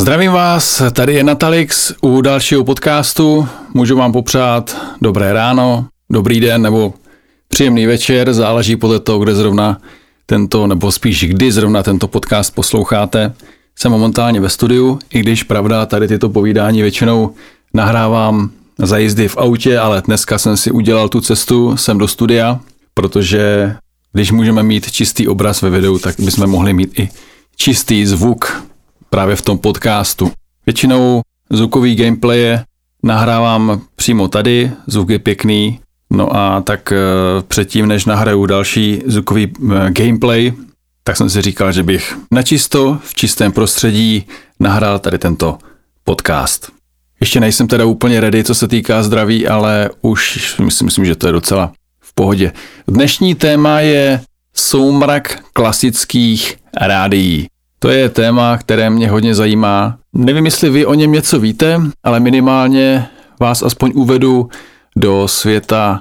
Zdravím vás, tady je Natalix u dalšího podcastu. Můžu vám popřát dobré ráno, dobrý den nebo příjemný večer, záleží podle toho, kde zrovna nebo spíš kdy zrovna tento podcast posloucháte. Jsem momentálně ve studiu, i když pravda, tady tyto povídání většinou nahrávám za jízdy v autě, ale dneska jsem si udělal tu cestu sem do studia, protože když můžeme mít čistý obraz ve videu, tak bychom mohli mít i čistý zvuk právě v tom podcastu. Většinou zvukový gameplay nahrávám přímo tady, zvuk je pěkný, no a tak předtím, než nahraju další zvukový gameplay, tak jsem si říkal, že bych načisto, v čistém prostředí nahrál tady tento podcast. Ještě nejsem teda úplně ready, co se týká zdraví, ale už myslím, že to je docela v pohodě. Dnešní téma je soumrak klasických rádií. To je téma, které mě hodně zajímá. Nevím, jestli vy o něm něco víte, ale minimálně vás aspoň uvedu do světa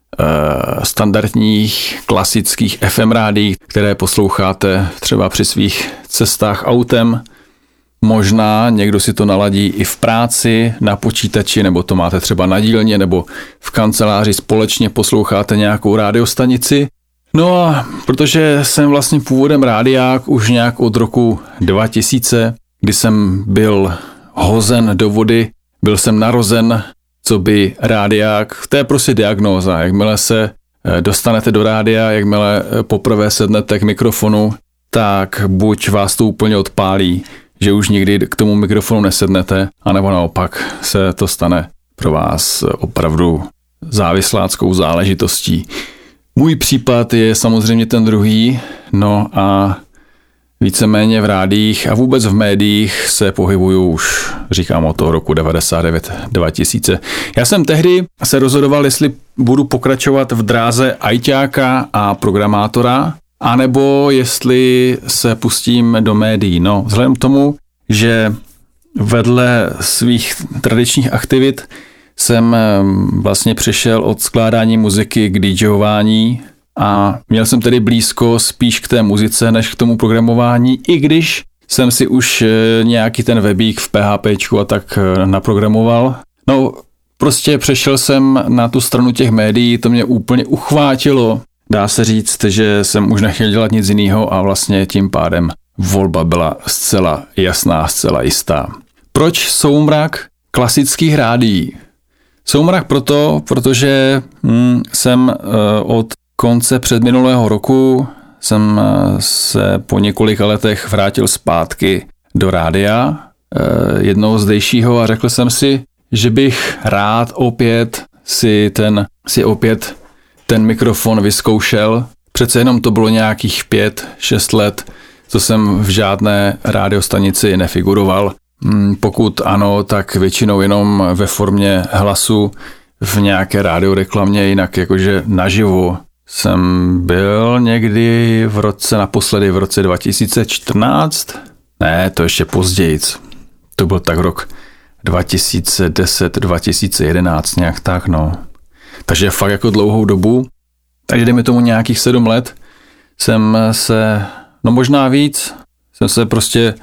standardních klasických FM rádií, které posloucháte třeba při svých cestách autem. Možná někdo si to naladí i v práci, na počítači, nebo to máte třeba na dílně, nebo v kanceláři společně posloucháte nějakou rádiostanici. No a protože jsem vlastně původem rádiák už nějak od roku 2000, kdy jsem byl hozen do vody, byl jsem narozen coby rádiák, to je prostě diagnóza. Jakmile se dostanete do rádia, jakmile poprvé sednete k mikrofonu, tak buď vás to úplně odpálí, že už nikdy k tomu mikrofonu nesednete, anebo naopak se to stane pro vás opravdu závisláckou záležitostí. Můj případ je samozřejmě ten druhý, no a víceméně v rádiích a vůbec v médiích se pohybuju už, říkám, od toho roku 99-2000. Já jsem tehdy se rozhodoval, jestli budu pokračovat v dráze ajťáka a programátora, anebo jestli se pustím do médií. No, vzhledem k tomu, že vedle svých tradičních aktivit jsem vlastně přešel od skládání muziky k DJování a měl jsem tedy blízko spíš k té muzice, než k tomu programování, i když jsem si už nějaký ten webík v PHPčku a tak naprogramoval. No, prostě přešel jsem na tu stranu těch médií, to mě úplně uchvátilo. Dá se říct, že jsem už nechtěl dělat nic jiného a vlastně tím pádem volba byla zcela jasná, zcela jistá. Proč soumrak klasických rádií? Soumrak protože jsem od konce předminulého roku jsem se po několika letech vrátil zpátky do rádia, jednoho zdejšího, a řekl jsem si, že bych rád opět si ten mikrofon vyzkoušel. Přece jenom to bylo nějakých 5-6 let, co jsem v žádné rádiostanici nefiguroval. Pokud ano, tak většinou jenom ve formě hlasu v nějaké rádioreklamě, jinak jakože naživo. Jsem byl někdy naposledy v roce 2014? Ne, to ještě pozdějc. To byl tak rok 2010, 2011, nějak tak, no. Takže fakt jako dlouhou dobu. Takže dejme tomu nějakých 7 let jsem se, no možná víc, jsem se prostě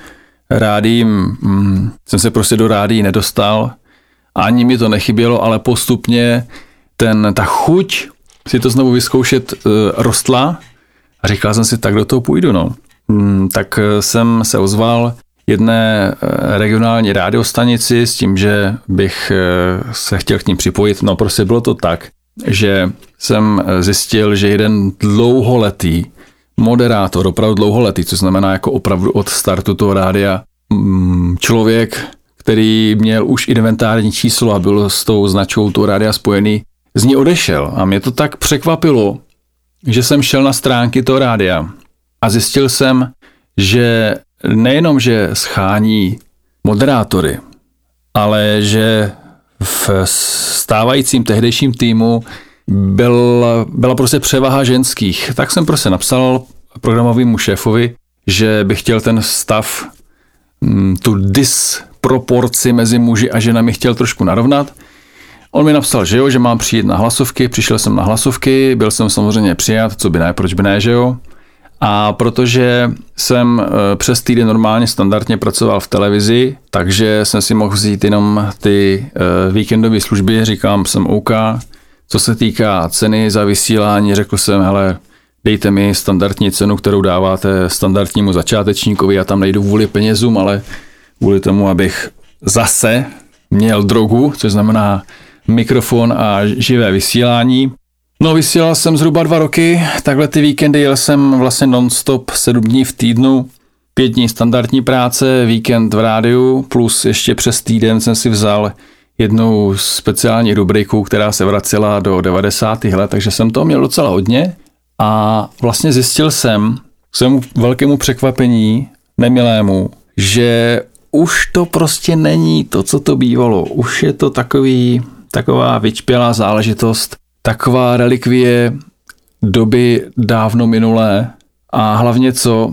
do rádií nedostal. Ani mi to nechybělo, ale postupně ta chuť si to znovu vyzkoušet rostla a říkal jsem si, tak do toho půjdu, no. Tak jsem se ozval jedné regionální rádiostanici s tím, že bych se chtěl k ním připojit. No prostě bylo to tak, že jsem zjistil, že jeden dlouholetý moderátor, opravdu dlouholetý, co znamená jako opravdu od startu toho rádia, člověk, který měl už inventární číslo a byl s tou značkou toho rádia spojený, z ní odešel. A mě to tak překvapilo, že jsem šel na stránky toho rádia a zjistil jsem, že nejenom, že schání moderátory, ale že v stávajícím tehdejším týmu byla prostě převaha ženských. Tak jsem prostě napsal programovému šéfovi, že bych chtěl ten stav, tu disproporci mezi muži a ženami chtěl trošku narovnat. On mi napsal, že jo, že mám přijít na hlasovky, přišel jsem na hlasovky, byl jsem samozřejmě přijat, co by ne, proč by ne, že jo. A protože jsem přes týden normálně standardně pracoval v televizi, takže jsem si mohl vzít jenom ty víkendové služby, říkám jsem OK. Co se týká ceny za vysílání, řekl jsem, hele, dejte mi standardní cenu, kterou dáváte standardnímu začátečníkovi, já tam nejdu kvůli penězům, ale kvůli tomu, abych zase měl drogu, což znamená mikrofon a živé vysílání. No, vysílal jsem zhruba 2 roky, takhle ty víkendy jel jsem vlastně non-stop 7 dní v týdnu, 5 dní standardní práce, víkend v rádiu, plus ještě přes týden jsem si vzal jednou speciální rubriku, která se vracela do 90. let, takže jsem toho měl docela hodně a vlastně zjistil jsem k svému velkému překvapení, nemilému, že už to prostě není to, co to bývalo. Už je to taková vyčpělá záležitost, taková relikvie doby dávno minulé a hlavně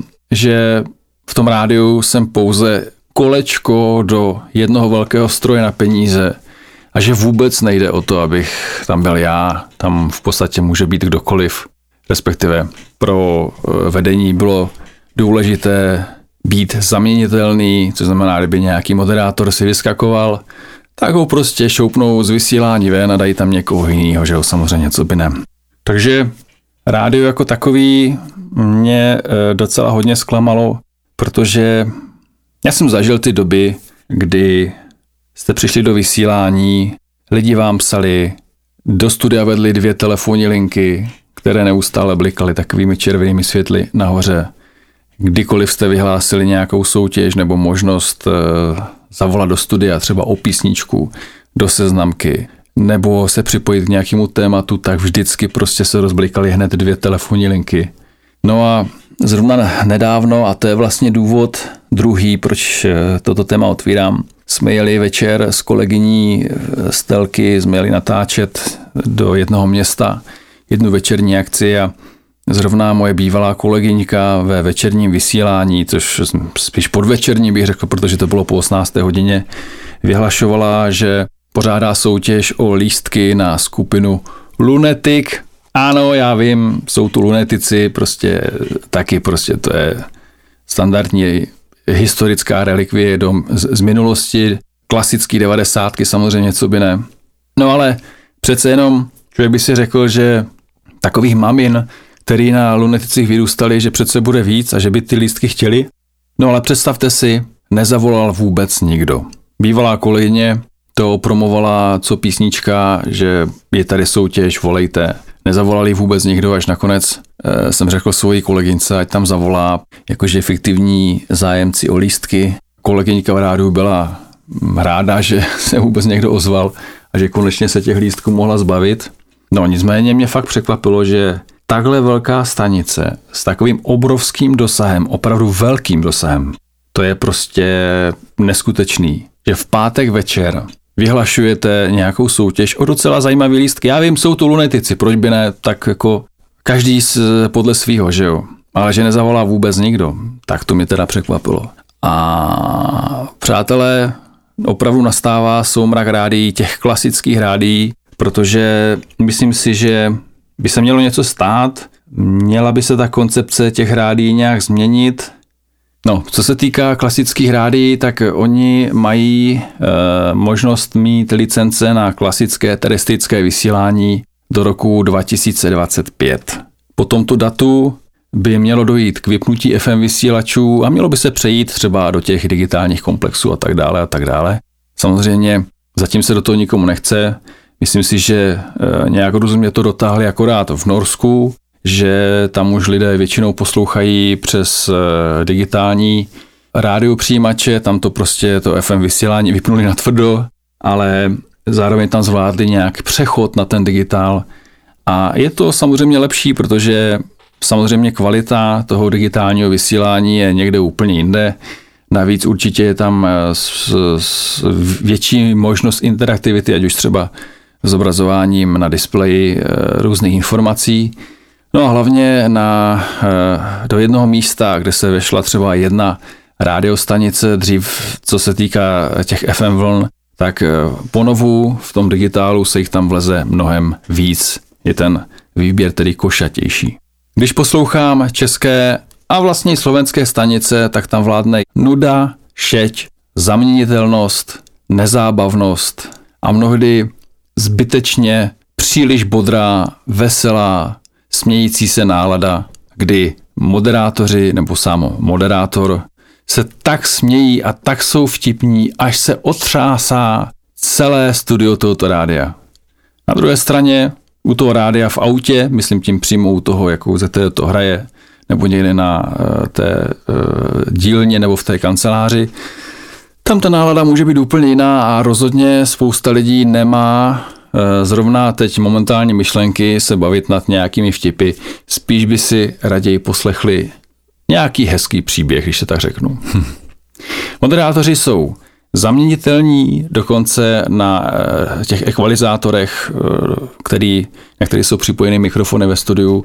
že v tom rádiu jsem pouze kolečko do jednoho velkého stroje na peníze a že vůbec nejde o to, abych tam byl já, tam v podstatě může být kdokoliv, respektive pro vedení bylo důležité být zaměnitelný, což znamená, kdyby nějaký moderátor si vyskakoval, tak ho prostě šoupnou z vysílání ven a dají tam někoho jiného, že jo, samozřejmě, co by ne. Takže rádio jako takový mě docela hodně zklamalo, protože já jsem zažil ty doby, kdy jste přišli do vysílání, lidi vám psali, do studia vedli 2 telefonní linky, které neustále blikaly takovými červenými světly nahoře. Kdykoliv jste vyhlásili nějakou soutěž nebo možnost zavolat do studia třeba o písničku, do seznamky, nebo se připojit k nějakému tématu, tak vždycky prostě se rozblikaly hned 2 telefonní linky. No a zrovna nedávno, a to je vlastně důvod druhý, proč toto téma otvírám, jsme jeli večer s kolegyní z Telky, jsme jeli natáčet do jednoho města, jednu večerní akci a zrovna moje bývalá kolegyňka ve večerním vysílání, což spíš podvečerní bych řekl, protože to bylo po 18. hodině, vyhlašovala, že pořádá soutěž o lístky na skupinu Lunatic. Ano, já vím, jsou tu lunetici, prostě to je standardní historická relikvie z minulosti, klasický 90, samozřejmě, co by ne. No ale přece jenom člověk by si řekl, že takových mamin, který na luneticích vyrůstali, že přece bude víc a že by ty lístky chtěli. No ale představte si, nezavolal vůbec nikdo. Bývalá kolegyně to promovala co písnička, že je tady soutěž, volejte. Nezavolali vůbec nikdo, až nakonec jsem řekl svojí kolegyňce, ať tam zavolá, jakože fiktivní zájemci o lístky. Kolegyňka v rádiu byla ráda, že se vůbec někdo ozval a že konečně se těch lístků mohla zbavit. No nicméně mě fakt překvapilo, že takhle velká stanice s takovým obrovským dosahem, opravdu velkým dosahem, to je prostě neskutečný, že v pátek večer vyhlašujete nějakou soutěž o docela zajímavý lístky. Já vím, jsou tu lunetici, proč by ne, tak jako každý podle svýho, že jo. Ale že nezavolá vůbec nikdo, tak to mě teda překvapilo. A přátelé, opravdu nastává soumrak rádií, těch klasických rádií, protože myslím si, že by se mělo něco stát, měla by se ta koncepce těch rádií nějak změnit. No, co se týká klasických rádií, tak oni mají možnost mít licence na klasické terestrické vysílání do roku 2025. Po tomto datu by mělo dojít k vypnutí FM vysílačů a mělo by se přejít třeba do těch digitálních komplexů a tak dále a tak dále. Samozřejmě zatím se do toho nikomu nechce. Myslím si, že nějak rozumně to dotáhli akorát v Norsku, že tam už lidé většinou poslouchají přes digitální rádiopřijímače, tam to prostě to FM vysílání vypnuli natvrdo, ale zároveň tam zvládli nějak přechod na ten digitál a je to samozřejmě lepší, protože samozřejmě kvalita toho digitálního vysílání je někde úplně jinde. Navíc určitě je tam větší možnost interaktivity, ať už třeba zobrazováním na displeji různých informací. No a hlavně do jednoho místa, kde se vešla třeba jedna rádiostanice, dřív co se týká těch FM vln, tak ponovu v tom digitálu se jich tam vleze mnohem víc. Je ten výběr tedy košatější. Když poslouchám české a vlastně i slovenské stanice, tak tam vládne nuda, šeť, zaměnitelnost, nezábavnost a mnohdy zbytečně příliš bodrá, veselá, smějící se nálada, kdy moderátoři nebo sám moderátor se tak smějí a tak jsou vtipní, až se otřásá celé studio tohoto rádia. Na druhé straně u toho rádia v autě, myslím tím přímo u toho, jakou ZTE to hraje, nebo někde na té dílně nebo v té kanceláři, tam ta nálada může být úplně jiná a rozhodně spousta lidí nemá zrovna teď momentálně myšlenky se bavit nad nějakými vtipy. Spíš by si raději poslechli nějaký hezký příběh, když se tak řeknu. Moderátoři jsou zaměnitelní, dokonce na těch ekvalizátorech, na který jsou připojeny mikrofony ve studiu,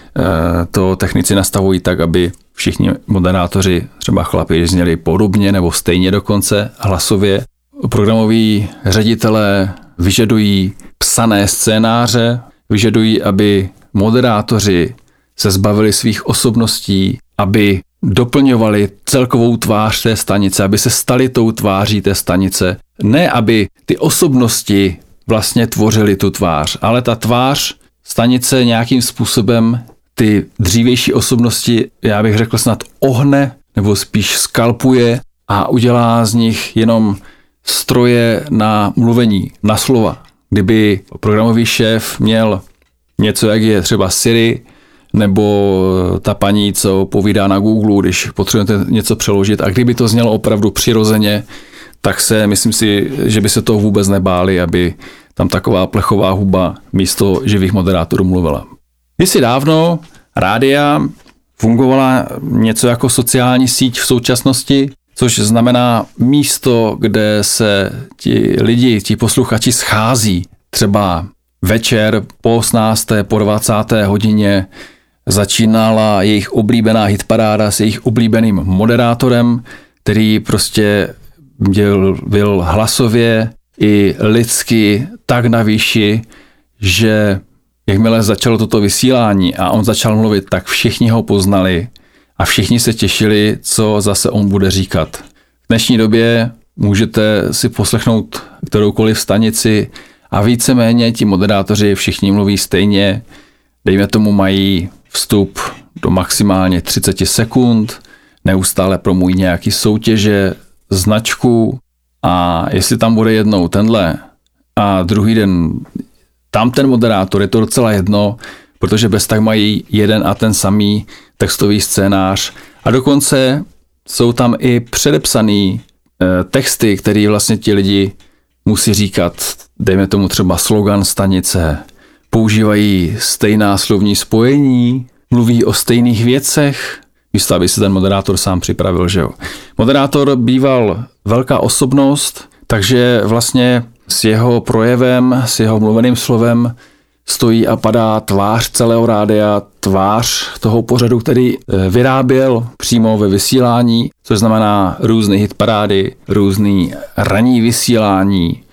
to technici nastavují tak, aby všichni moderátoři, třeba chlapi, zněli podobně nebo stejně dokonce hlasově. Programoví ředitelé vyžadují psané scénáře, vyžadují, aby moderátoři se zbavili svých osobností, aby doplňovali celkovou tvář té stanice, aby se stali tou tváří té stanice. Ne, aby ty osobnosti vlastně tvořily tu tvář, ale ta tvář stanice nějakým způsobem ty dřívější osobnosti, já bych řekl snad ohne, nebo spíš skalpuje a udělá z nich jenom stroje na mluvení, na slova. Kdyby programový šéf měl něco, jak je třeba Siri, nebo ta paní, co povídá na Google, když potřebujete něco přeložit, a kdyby to znělo opravdu přirozeně, tak myslím si, že by se toho vůbec nebáli, aby tam taková plechová huba místo živých moderátorů mluvila. Kdysi dávno rádia fungovala něco jako sociální síť v současnosti, což znamená místo, kde se ti lidi, ti posluchači schází. Třeba večer po 18. po 20. hodině začínala jejich oblíbená hitparáda s jejich oblíbeným moderátorem, který prostě byl hlasově i lidsky tak na výši, že jakmile začalo toto vysílání a on začal mluvit, tak všichni ho poznali a všichni se těšili, co zase on bude říkat. V dnešní době můžete si poslechnout kteroukoliv stanici a víceméně ti moderátoři všichni mluví stejně. Dejme tomu, mají vstup do maximálně 30 sekund, neustále promují nějaký soutěže, značku, a jestli tam bude jednou tenhle a druhý den tam ten moderátor, je to docela jedno, protože bez tak mají jeden a ten samý textový scénář a dokonce jsou tam i předepsaný texty, které vlastně ti lidi musí říkat, dejme tomu třeba slogan stanice, používají stejná slovní spojení, mluví o stejných věcech, místo aby si ten moderátor sám připravil, že jo. Moderátor býval velká osobnost, takže vlastně s jeho projevem, s jeho mluveným slovem stojí a padá tvář celého rádia, tvář toho pořadu, který vyráběl přímo ve vysílání, což znamená různé hitparády, různý ranní vysílání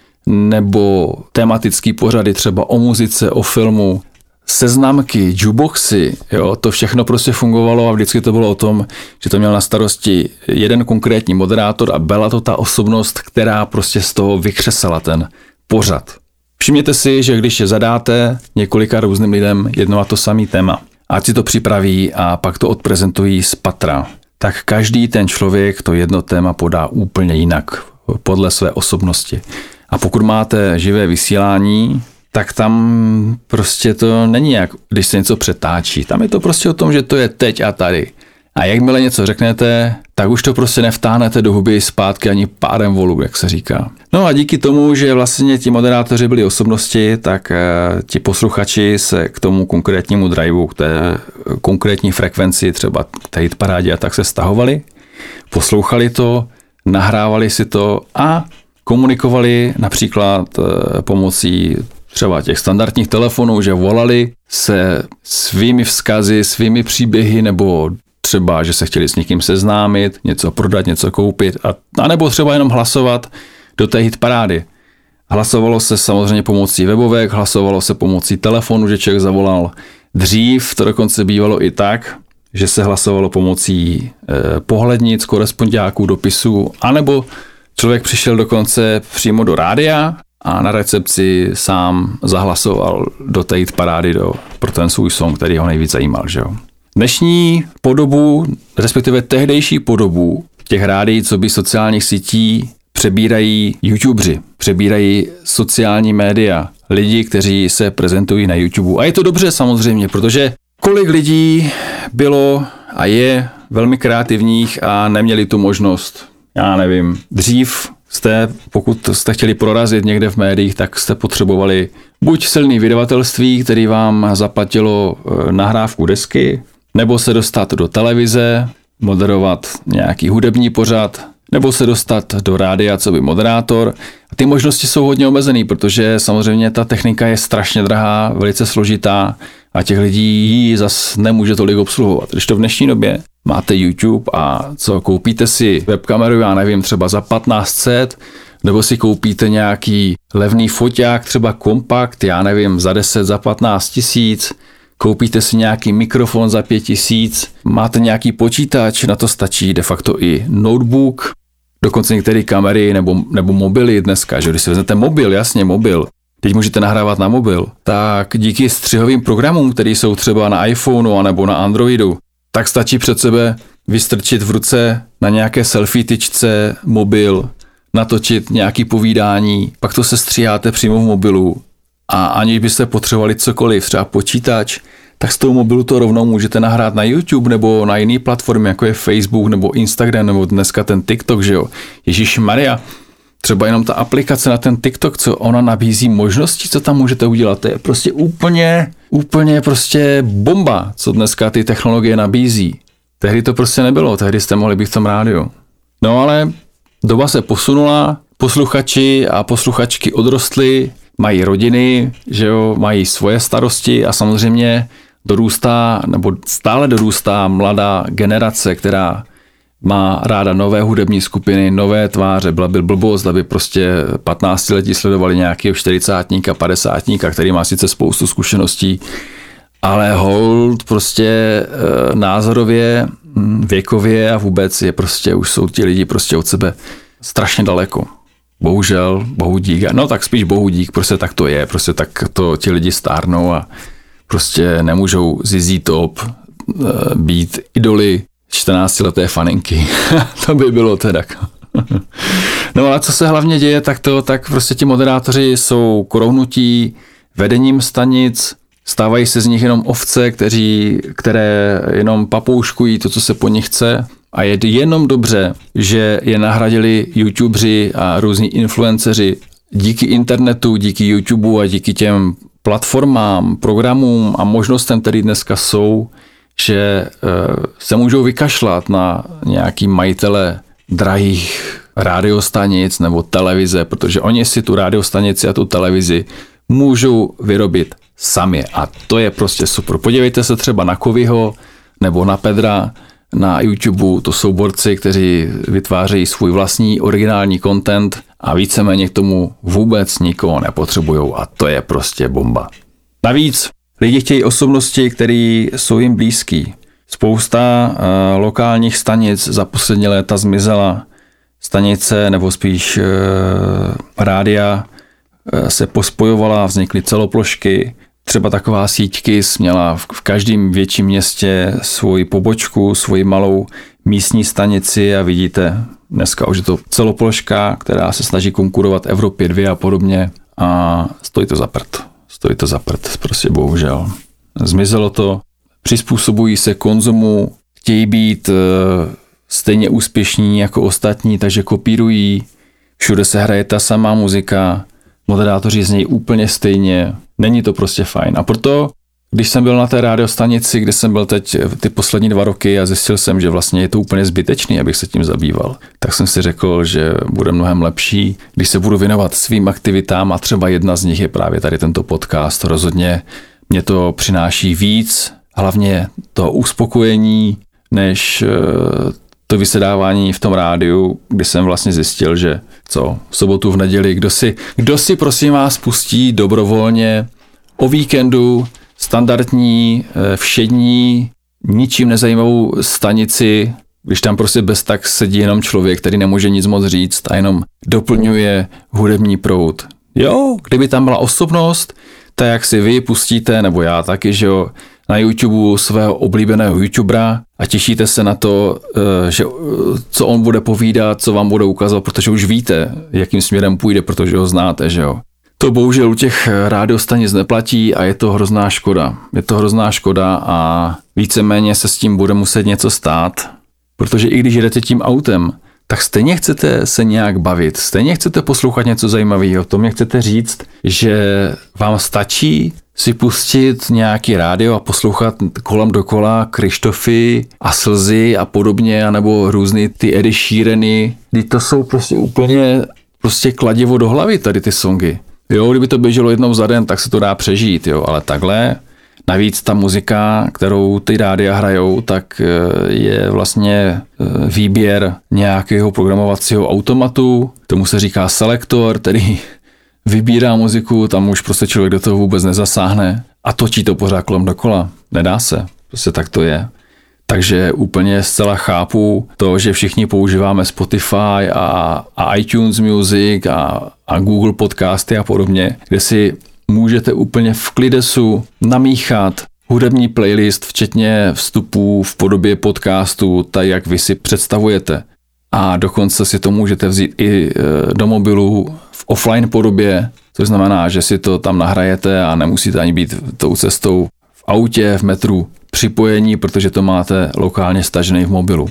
nebo tematický pořady třeba o muzice, o filmu, seznamky, jukeboxy, jo, to všechno prostě fungovalo a vždycky to bylo o tom, že to měl na starosti jeden konkrétní moderátor a byla to ta osobnost, která prostě z toho vykřesala ten pořad. Všimněte si, že když je zadáte několika různým lidem jedno a to samé téma, ať si to připraví a pak to odprezentují z patra, tak každý ten člověk to jedno téma podá úplně jinak, podle své osobnosti. A pokud máte živé vysílání, tak tam prostě to není jak, když se něco přetáčí. Tam je to prostě o tom, že to je teď a tady. A jakmile něco řeknete, tak už to prostě nevtáhnete do huby zpátky ani pádem volu, jak se říká. No a díky tomu, že vlastně ti moderátoři byli osobnosti, tak ti posluchači se k tomu konkrétnímu driveu, k té konkrétní frekvenci, třeba té hitparádě, a tak se stahovali, poslouchali to, nahrávali si to a komunikovali například pomocí třeba těch standardních telefonů, že volali se svými vzkazy, svými příběhy, nebo třeba, že se chtěli s někým seznámit, něco prodat, něco koupit, a nebo třeba jenom hlasovat do té hitparády. Hlasovalo se samozřejmě pomocí webovek, hlasovalo se pomocí telefonu, že člověk zavolal, Dřív to dokonce bývalo i tak, že se hlasovalo pomocí pohlednic, korespondiáků, dopisů, anebo člověk přišel dokonce přímo do rádia a na recepci sám zahlasoval do té parády pro ten svůj song, který ho nejvíc zajímal. Že jo? Dnešní podobu, respektive tehdejší podobu těch rádií, co by sociálních sítí, přebírají YouTubeři, přebírají sociální média, lidi, kteří se prezentují na YouTube. A je to dobře samozřejmě, protože kolik lidí bylo a je velmi kreativních a neměli tu možnost. Já nevím, dřív pokud jste chtěli prorazit někde v médiích, tak jste potřebovali buď silný vydavatelství, který vám zaplatilo nahrávku desky, nebo se dostat do televize, moderovat nějaký hudební pořad, nebo se dostat do rádia, co by moderátor. A ty možnosti jsou hodně omezený, protože samozřejmě ta technika je strašně drahá, velice složitá a těch lidí ji zas nemůže tolik obsluhovat. Když to v dnešní době máte YouTube a co, koupíte si webkameru, já nevím, třeba za 1500, nebo si koupíte nějaký levný foťák, třeba kompakt, já nevím, za 10, za 15 tisíc, koupíte si nějaký mikrofon za 5000, máte nějaký počítač, na to stačí de facto i notebook, dokonce některé kamery nebo mobily dneska, že když si vezmete mobil, teď můžete nahrávat na mobil, tak díky střihovým programům, které jsou třeba na iPhoneu nebo na Androidu, tak stačí před sebe vystrčit v ruce na nějaké selfie tyčce mobil, natočit nějaký povídání, pak to se stříháte přímo v mobilu a aniž byste potřebovali cokoliv, třeba počítač, tak z toho mobilu to rovnou můžete nahrát na YouTube nebo na jiný platformy, jako je Facebook nebo Instagram nebo dneska ten TikTok, že jo. Ježišmarja, třeba jenom ta aplikace na ten TikTok, co ona nabízí možnosti, co tam můžete udělat, to je prostě úplně prostě bomba, co dneska ty technologie nabízí. Tehdy to prostě nebylo, tehdy jste mohli být v tom rádiu. No ale doba se posunula, posluchači a posluchačky odrostly, mají rodiny, že jo, mají svoje starosti a samozřejmě stále dorůstá mladá generace, která má ráda nové hudební skupiny, nové tváře. Byla by blbost, aby prostě 15letí sledovali nějakého 40-tníka, 50-tníka, který má sice spoustu zkušeností, ale hold prostě názorově, věkově a vůbec je prostě, už jsou ti lidi prostě od sebe strašně daleko. Bohužel, bohu dík, no tak spíš bohu dík, prostě tak to je, prostě tak to ti lidi stárnou a prostě nemůžou ZZ Top být idoly 14leté faninky. To by bylo teda. No a co se hlavně děje, tak prostě ti moderátoři jsou krouhnutí vedením stanic, stávají se z nich jenom ovce, které jenom papouškují to, co se po nich chce. A je jenom dobře, že je nahradili YouTubeři a různí influenceři díky internetu, díky YouTube a díky těm platformám, programům a možnostem, které dneska jsou, že se můžou vykašlat na nějaký majitele drahých rádiostanic nebo televize, protože oni si tu rádiostanici a tu televizi můžou vyrobit sami a to je prostě super. Podívejte se třeba na Kovyho nebo na Pedra na YouTube, to jsou borci, kteří vytvářejí svůj vlastní originální content a víceméně k tomu vůbec nikoho nepotřebujou a to je prostě bomba. Navíc lidi chtějí osobnosti, které jsou jim blízký. Spousta lokálních stanic za poslední léta zmizela. Stanice nebo spíš rádia se pospojovala, vznikly celoplošky. Třeba taková síť KIS měla v každém větším městě svoji pobočku, svoji malou místní stanici a vidíte, dneska už je to celoploška, která se snaží konkurovat Evropě 2 a podobně a stojí to za prd, prostě bohužel. Zmizelo to, přizpůsobují se konzumu, chtějí být stejně úspěšní jako ostatní, takže kopírují, všude se hraje ta samá muzika, moderátoři znějí úplně stejně, není to prostě fajn. A proto, když jsem byl na té rádiostanici, kde jsem byl teď ty poslední 2 roky a zjistil jsem, že vlastně je to úplně zbytečný, abych se tím zabýval, tak jsem si řekl, že bude mnohem lepší, když se budu věnovat svým aktivitám a třeba jedna z nich je právě tady tento podcast. Rozhodně mě to přináší víc, hlavně to uspokojení, než to vysedávání v tom rádiu, kdy jsem vlastně zjistil, že v sobotu, v neděli, kdo si prosím vás pustí dobrovolně o víkendu standardní, všední, ničím nezajímavou stanici, když tam prostě bez tak sedí jenom člověk, který nemůže nic moc říct a jenom doplňuje hudební proud. Jo, kdyby tam byla osobnost, tak jak si vy pustíte, nebo já taky, že jo, na YouTube svého oblíbeného YouTubera a těšíte se na to, že co on bude povídat, co vám bude ukazovat, protože už víte, jakým směrem půjde, protože ho znáte, že jo. To bohužel u těch rádiostanic neplatí a je to hrozná škoda. Je to hrozná škoda a víceméně se s tím bude muset něco stát, protože i když jedete tím autem, tak stejně chcete se nějak bavit, stejně chcete poslouchat něco zajímavého, to mě chcete říct, že vám stačí si pustit nějaký rádio a poslouchat kolem dokola Krištofy a Slzy a podobně, anebo různý ty Edy Sheerany, kdy to jsou prostě úplně kladivo do hlavy tady ty songy. Jo, kdyby to běželo jednou za den, tak se to dá přežít, jo, ale takhle. Navíc ta muzika, kterou ty rádia hrajou, tak je vlastně výběr nějakého programovacího automatu, tomu se říká selektor, který vybírá muziku, tam už prostě člověk do toho vůbec nezasáhne a točí to pořád kolem dokola. Nedá se, prostě tak to je. Takže úplně zcela chápu to, že všichni používáme Spotify a iTunes Music a Google Podcasty a podobně, kde si můžete úplně v klidesu namíchat hudební playlist, včetně vstupů v podobě podcastu, tak jak vy si představujete. A dokonce si to můžete vzít i do mobilu v offline podobě, což znamená, že si to tam nahrajete a nemusíte ani být tou cestou v autě, v metru připojení, protože to máte lokálně stažený v mobilu.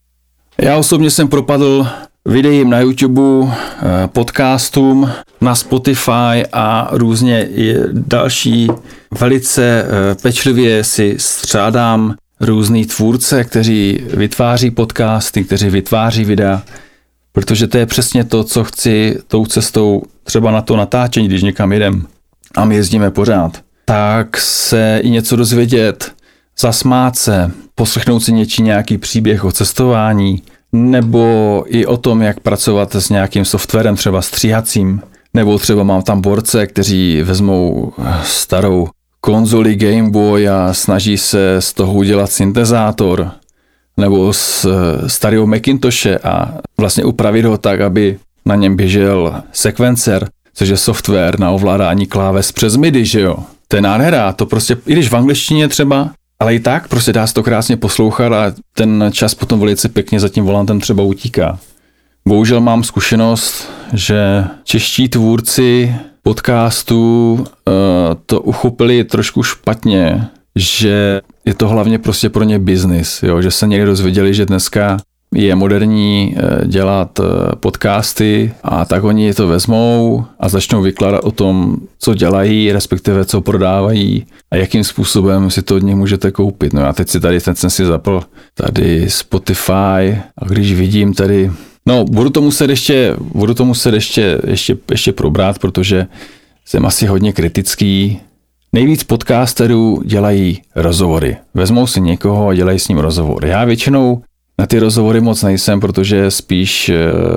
Já osobně jsem propadl videím na YouTube, podcastům, na Spotify a různě další. Velice pečlivě si střádám různý tvůrce, kteří vytváří podcasty, kteří vytváří videa, protože to je přesně to, co chci tou cestou třeba na to natáčení, když někam jedem a my jezdíme pořád, tak se i něco dozvědět, zasmát se, poslechnout si nějaký příběh o cestování, nebo i o tom, jak pracovat s nějakým softwarem, třeba stříhacím, nebo třeba mám tam borce, kteří vezmou starou konzoli Game Boy a snaží se z toho udělat syntezátor, nebo z starého Macintoshe a vlastně upravit ho tak, aby na něm běžel sekvencer, což je software na ovládání kláves přes MIDI, že jo. To je nádhera, to prostě, i když v angličtině třeba, ale i tak prostě dá se to krásně poslouchat a ten čas potom velice pěkně za tím volantem třeba utíká. Bohužel mám zkušenost, že čeští tvůrci podcastů to uchopili trošku špatně, že je to hlavně prostě pro ně biznis, jo? Že se někdy dozvěděli, že dneska je moderní dělat podcasty a tak oni to vezmou a začnou vykládat o tom, co dělají, respektive co prodávají a jakým způsobem si to od nich můžete koupit. No já teď jsem si zapl tady Spotify a když vidím tady, no budu to muset ještě probrat, protože jsem asi hodně kritický. Nejvíc podcasterů dělají rozhovory. Vezmou si někoho a dělají s ním rozhovor. Já většinou na ty rozhovory moc nejsem, protože spíš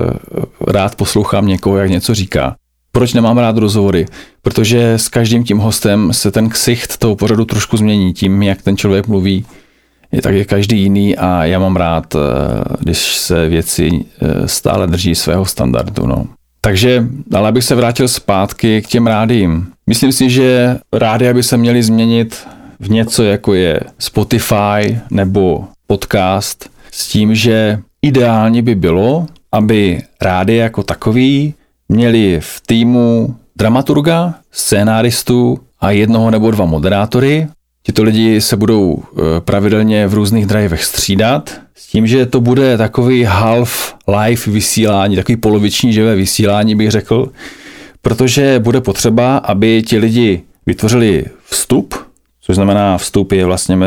rád poslouchám někoho, jak něco říká. Proč nemám rád rozhovory? Protože s každým tím hostem se ten ksicht toho pořadu trošku změní tím, jak ten člověk mluví. Tak je každý jiný a já mám rád, když se věci stále drží svého standardu. No. Takže, ale abych se vrátil zpátky k těm rádiím. Myslím si, že rádia by se měly změnit v něco, jako je Spotify nebo podcast, s tím, že ideálně by bylo, aby rádia jako takový měli v týmu dramaturga, scénáristu a jednoho nebo dva moderátory. Tito lidi se budou pravidelně v různých drivech střídat, s tím, že to bude takový half live vysílání, takový poloviční živé vysílání, bych řekl, protože bude potřeba, aby ti lidi vytvořili vstup, což znamená vstup je vlastně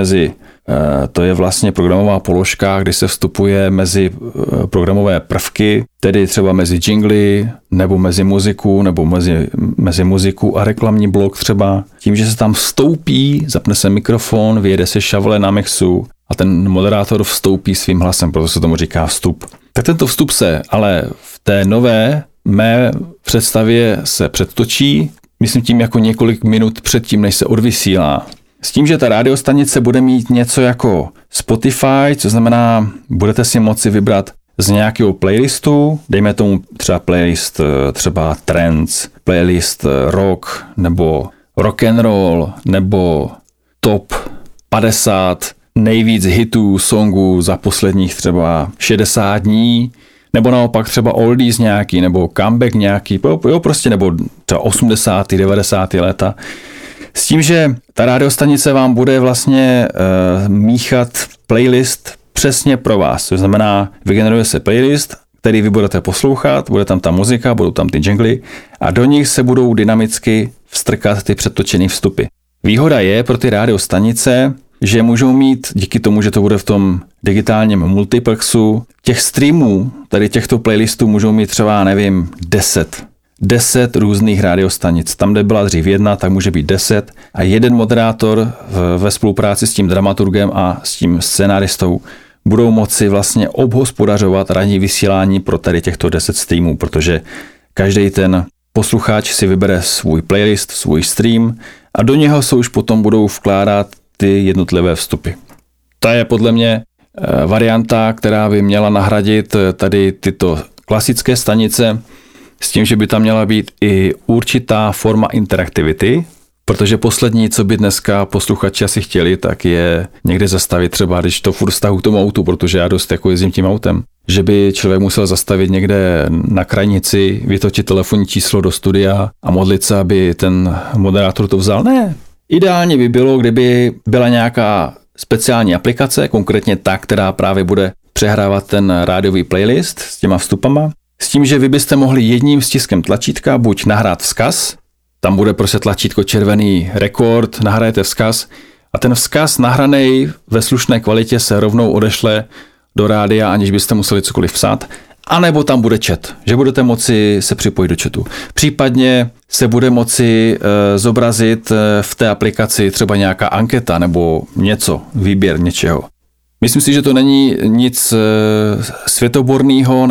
to je vlastně programová položka, kdy se vstupuje mezi programové prvky, tedy třeba mezi jingly, nebo mezi muziku, nebo mezi muziku a reklamní blok třeba. Tím, že se tam vstoupí, zapne se mikrofon, vyjede se šavle na mixu a ten moderátor vstoupí svým hlasem, proto se tomu říká vstup. Tak tento vstup se ale v té nové mé představě se předtočí, myslím tím jako několik minut předtím, než se odvysílá. S tím, že ta rádiostanice bude mít něco jako Spotify, co znamená, budete si moci vybrat z nějakého playlistu, dejme tomu třeba playlist třeba trance, playlist rock, nebo rock and roll, nebo top 50 nejvíc hitů, songů za posledních třeba 60 dní, nebo naopak třeba oldies nějaký, nebo comeback nějaký, jo, prostě, nebo třeba 80. 90. léta. S tím, že ta rádiostanice vám bude vlastně míchat playlist přesně pro vás. To znamená, vygeneruje se playlist, který vy budete poslouchat, bude tam ta muzika, budou tam ty jingly a do nich se budou dynamicky vstrkat ty předtočené vstupy. Výhoda je pro ty rádiostanice, že můžou mít, díky tomu, že to bude v tom digitálním multiplexu, těch streamů, tady těchto playlistů můžou mít třeba, nevím, 10 různých rádiostanic. Tam, kde byla dřív jedna, tak může být 10 a jeden moderátor ve spolupráci s tím dramaturgem a s tím scénaristou budou moci vlastně obhospodařovat ranní vysílání pro tady těchto 10 streamů, protože každý ten posluchač si vybere svůj playlist, svůj stream a do něho se už potom budou vkládat ty jednotlivé vstupy. To je podle mě varianta, která by měla nahradit tady tyto klasické stanice s tím, že by tam měla být i určitá forma interaktivity, protože poslední, co by dneska posluchači asi chtěli, tak je někde zastavit třeba, když to furt stahu tomu autu, protože já dost jako jezdím tím autem, že by člověk musel zastavit někde na krajnici, vytočit telefonní číslo do studia a modlit se, aby ten moderátor to vzal. Ne. Ideálně by bylo, kdyby byla nějaká speciální aplikace, konkrétně ta, která právě bude přehrávat ten rádiový playlist s těma vstupama, s tím, že vy byste mohli jedním stiskem tlačítka buď nahrát vzkaz, tam bude prostě tlačítko červený rekord, nahrajete vzkaz a ten vzkaz nahraný ve slušné kvalitě se rovnou odešle do rádia, aniž byste museli cokoliv psát, anebo tam bude chat, že budete moci se připojit do chatu. Případně se bude moci zobrazit v té aplikaci třeba nějaká anketa nebo něco, výběr něčeho. Myslím si, že to není nic světoborného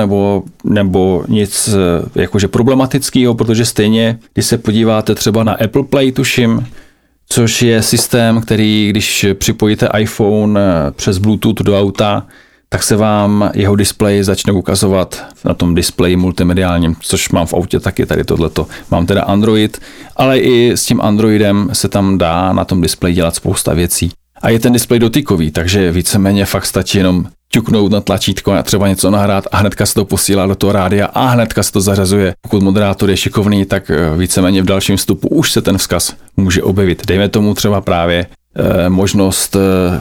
nebo nic jakože problematického, protože stejně, když se podíváte třeba na Apple Play, tuším, což je systém, který, když připojíte iPhone přes Bluetooth do auta, tak se vám jeho displej začne ukazovat na tom displeji multimediálním, což mám v autě taky tady tohleto. Mám teda Android, ale i s tím Androidem se tam dá na tom displeji dělat spousta věcí. A je ten displej dotykový, takže víceméně fakt stačí jenom ťuknout na tlačítko a třeba něco nahrát a hnedka se to posílá do toho rádia a hnedka se to zařazuje. Pokud moderátor je šikovný, tak víceméně v dalším vstupu už se ten vzkaz může objevit. Dejme tomu třeba právě možnost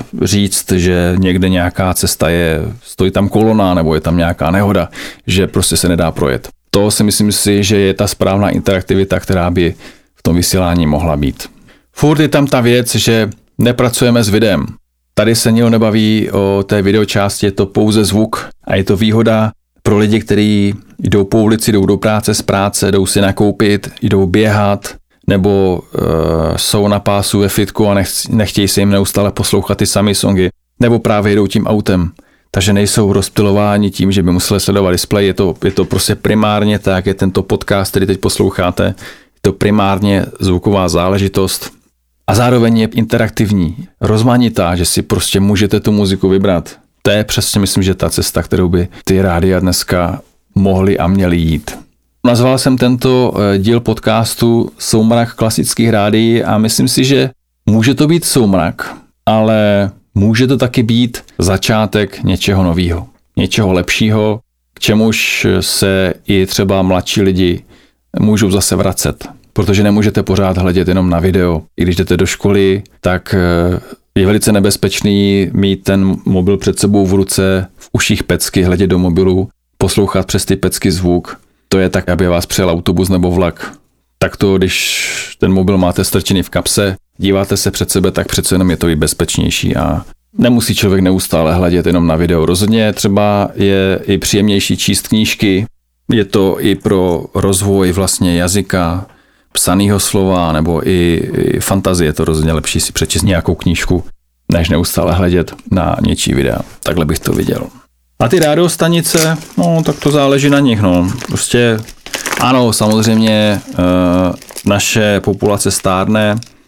říct, že někde nějaká cesta stojí tam kolona nebo je tam nějaká nehoda, že prostě se nedá projet. To si myslím si, že je ta správná interaktivita, která by v tom vysílání mohla být. Furt je tam ta věc, že nepracujeme s videem. Tady se nikdo nebaví o té videočásti, je to pouze zvuk a je to výhoda pro lidi, kteří jdou po ulici, jdou do práce, z práce, jdou si nakoupit, jdou běhat, nebo jsou na pásu ve fitku a nechtějí se jim neustále poslouchat ty samé songy, nebo právě jdou tím autem. Takže nejsou rozptylováni tím, že by museli sledovat displej, je to prostě primárně tak, je tento podcast, který teď posloucháte, je to primárně zvuková záležitost a zároveň je interaktivní, rozmanitá, že si prostě můžete tu muziku vybrat. To je přesně, myslím, že ta cesta, kterou by ty rádia dneska mohly a měly jít. Nazval jsem tento díl podcastu Soumrak klasických rádií a myslím si, že může to být soumrak, ale může to taky být začátek něčeho nového, něčeho lepšího, k čemuž se i třeba mladší lidi můžou zase vracet, protože nemůžete pořád hledět jenom na video. I když jdete do školy, tak je velice nebezpečný mít ten mobil před sebou v ruce, v uších pecky, hledět do mobilu, poslouchat přes ty pecky zvuk. To je tak, aby vás přijel autobus nebo vlak. Tak to, když ten mobil máte strčený v kapse, díváte se před sebe, tak přece jenom je to i bezpečnější a nemusí člověk neustále hledět jenom na video. Rozhodně třeba je i příjemnější číst knížky, je to i pro rozvoj vlastně jazyka, psanýho slova nebo i fantazie, je to rozhodně lepší si přečíst nějakou knížku, než neustále hledět na něčí videa. Takhle bych to viděl. A ty rádiostanice, no tak to záleží na nich, no. Prostě ano, samozřejmě naše populace stárne,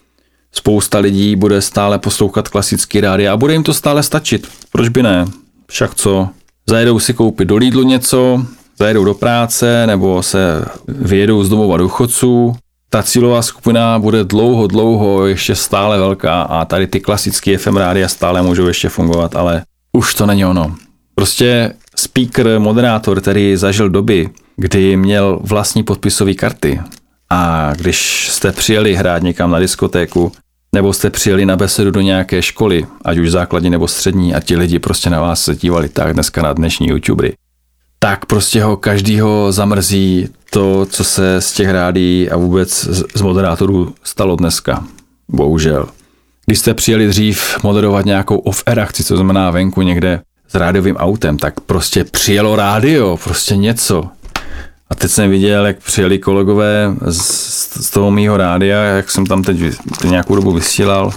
spousta lidí bude stále poslouchat klasický rádia a bude jim to stále stačit. Proč by ne? Však co? Zajedou si koupit do Lidlu něco, zajedou do práce nebo se vyjedou z domova důchodců. Ta cílová skupina bude dlouho ještě stále velká a tady ty klasické FM rádia stále můžou ještě fungovat, ale už to není ono. Prostě speaker, moderátor, který zažil doby, kdy měl vlastní podpisové karty a když jste přijeli hrát někam na diskotéku nebo jste přijeli na besedu do nějaké školy, ať už základní nebo střední a ti lidi prostě na vás se dívali tak dneska na dnešní youtubery, tak prostě ho každýho zamrzí to, co se z těch rádií a vůbec z moderátorů stalo dneska. Bohužel. Když jste přijeli dřív moderovat nějakou off-air akci, co znamená venku někde s rádiovým autem, tak prostě přijelo rádio, prostě něco. A teď jsem viděl, jak přijeli kolegové z toho mýho rádia, jak jsem tam teď nějakou dobu vysílal,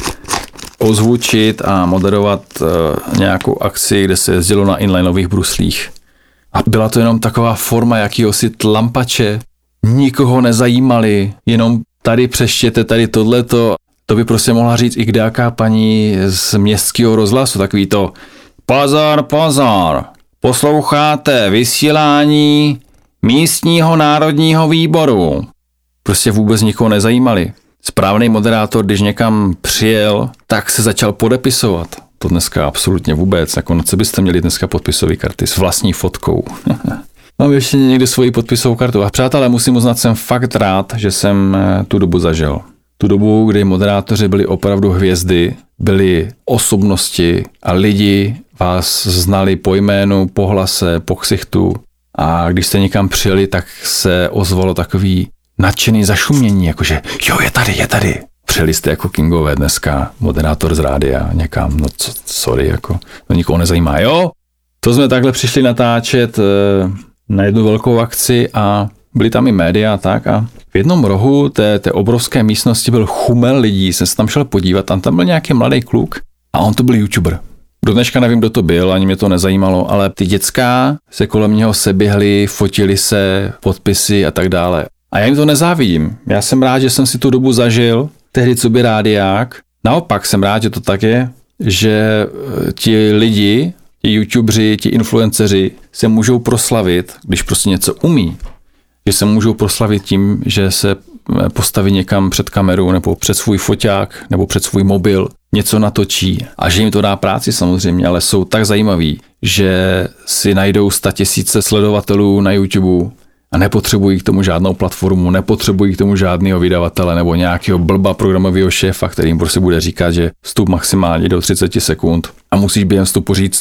ozvučit a moderovat nějakou akci, kde se jezdilo na inlineových bruslích. A byla to jenom taková forma jakýhosi tlampače. Nikoho nezajímali, jenom tady přeštěte, tady tohleto. To by prostě mohla říct i kdejaká paní z městského rozhlasu, takový to pozor, posloucháte vysílání místního národního výboru. Prostě vůbec nikoho nezajímali. Správný moderátor, když někam přijel, tak se začal podepisovat. To dneska absolutně vůbec. Jako co byste měli dneska podpisové karty s vlastní fotkou? Mám ještě někdy svoji podpisovou kartu. A přátelé, musím uznat, jsem fakt rád, že jsem tu dobu zažil. Tu dobu, kdy moderátoři byli opravdu hvězdy, byli osobnosti a lidi vás znali po jménu, po hlase, po ksichtu. A když jste někam přijeli, tak se ozvalo takový nadšený zašumění, jakože jo, je tady. Přijeli jste jako kingové dneska, moderátor z rádia někam, no sorry, jako to nikoho nezajímá, jo? To jsme takhle přišli natáčet na jednu velkou akci a byly tam i média a tak a v jednom rohu té obrovské místnosti byl chumel lidí, jsem se tam šel podívat, tam byl nějaký mladý kluk a on to byl youtuber. Do dneška nevím, kdo to byl, ani mě to nezajímalo, ale ty děcka se kolem něho seběhli, fotili se, podpisy a tak dále. A já jim to nezávidím. Já jsem rád, že jsem si tu dobu zažil, tehdy co by rádiák. Naopak jsem rád, že to tak je, že ti lidi, ti youtubři, ti influenceři se můžou proslavit, když prostě něco umí. Že se můžou proslavit tím, že se postaví někam před kameru nebo před svůj foťák nebo před svůj mobil, něco natočí a že jim to dá práci samozřejmě, ale jsou tak zajímaví, že si najdou 100 000 sledovatelů na YouTube a nepotřebují k tomu žádnou platformu, nepotřebují k tomu žádného vydavatele nebo nějakého blba programového šéfa, který jim prostě bude říkat, že vstup maximálně do 30 sekund a musíš během vstupu říct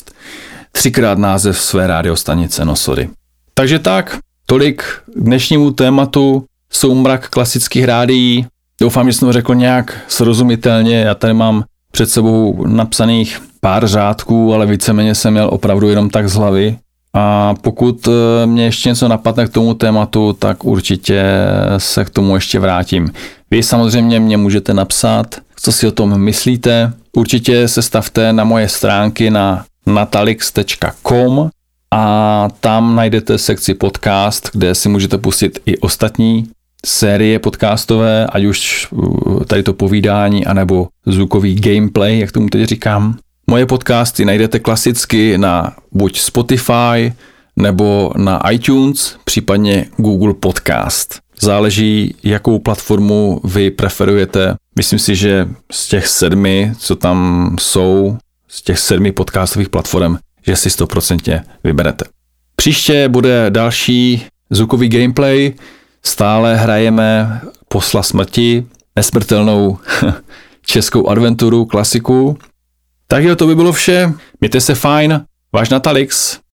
3krát název své rádiostanice, no sorry. Takže tak, tolik k dnešnímu tématu soumrak klasických rádií. Doufám, že jsem to řekl nějak srozumitelně. Já tady mám před sebou napsaných pár řádků, ale víceméně jsem měl opravdu jenom tak z hlavy. A pokud mě ještě něco napadne k tomu tématu, tak určitě se k tomu ještě vrátím. Vy samozřejmě mě můžete napsat, co si o tom myslíte. Určitě se stavte na moje stránky na natalix.com a tam najdete sekci podcast, kde si můžete pustit i ostatní série podcastové, ať už tady to povídání, anebo zvukový gameplay, jak tomu teď říkám. Moje podcasty najdete klasicky na buď Spotify, nebo na iTunes, případně Google Podcast. Záleží, jakou platformu vy preferujete. Myslím si, že z těch 7, co tam jsou, z těch 7 podcastových platform, že si 100% vyberete. Příště bude další zvukový gameplay. Stále hrajeme Posla smrti, nesmrtelnou českou adventuru, klasiku. Tak jo, to by bylo vše. Mějte se fajn, váš Natalix.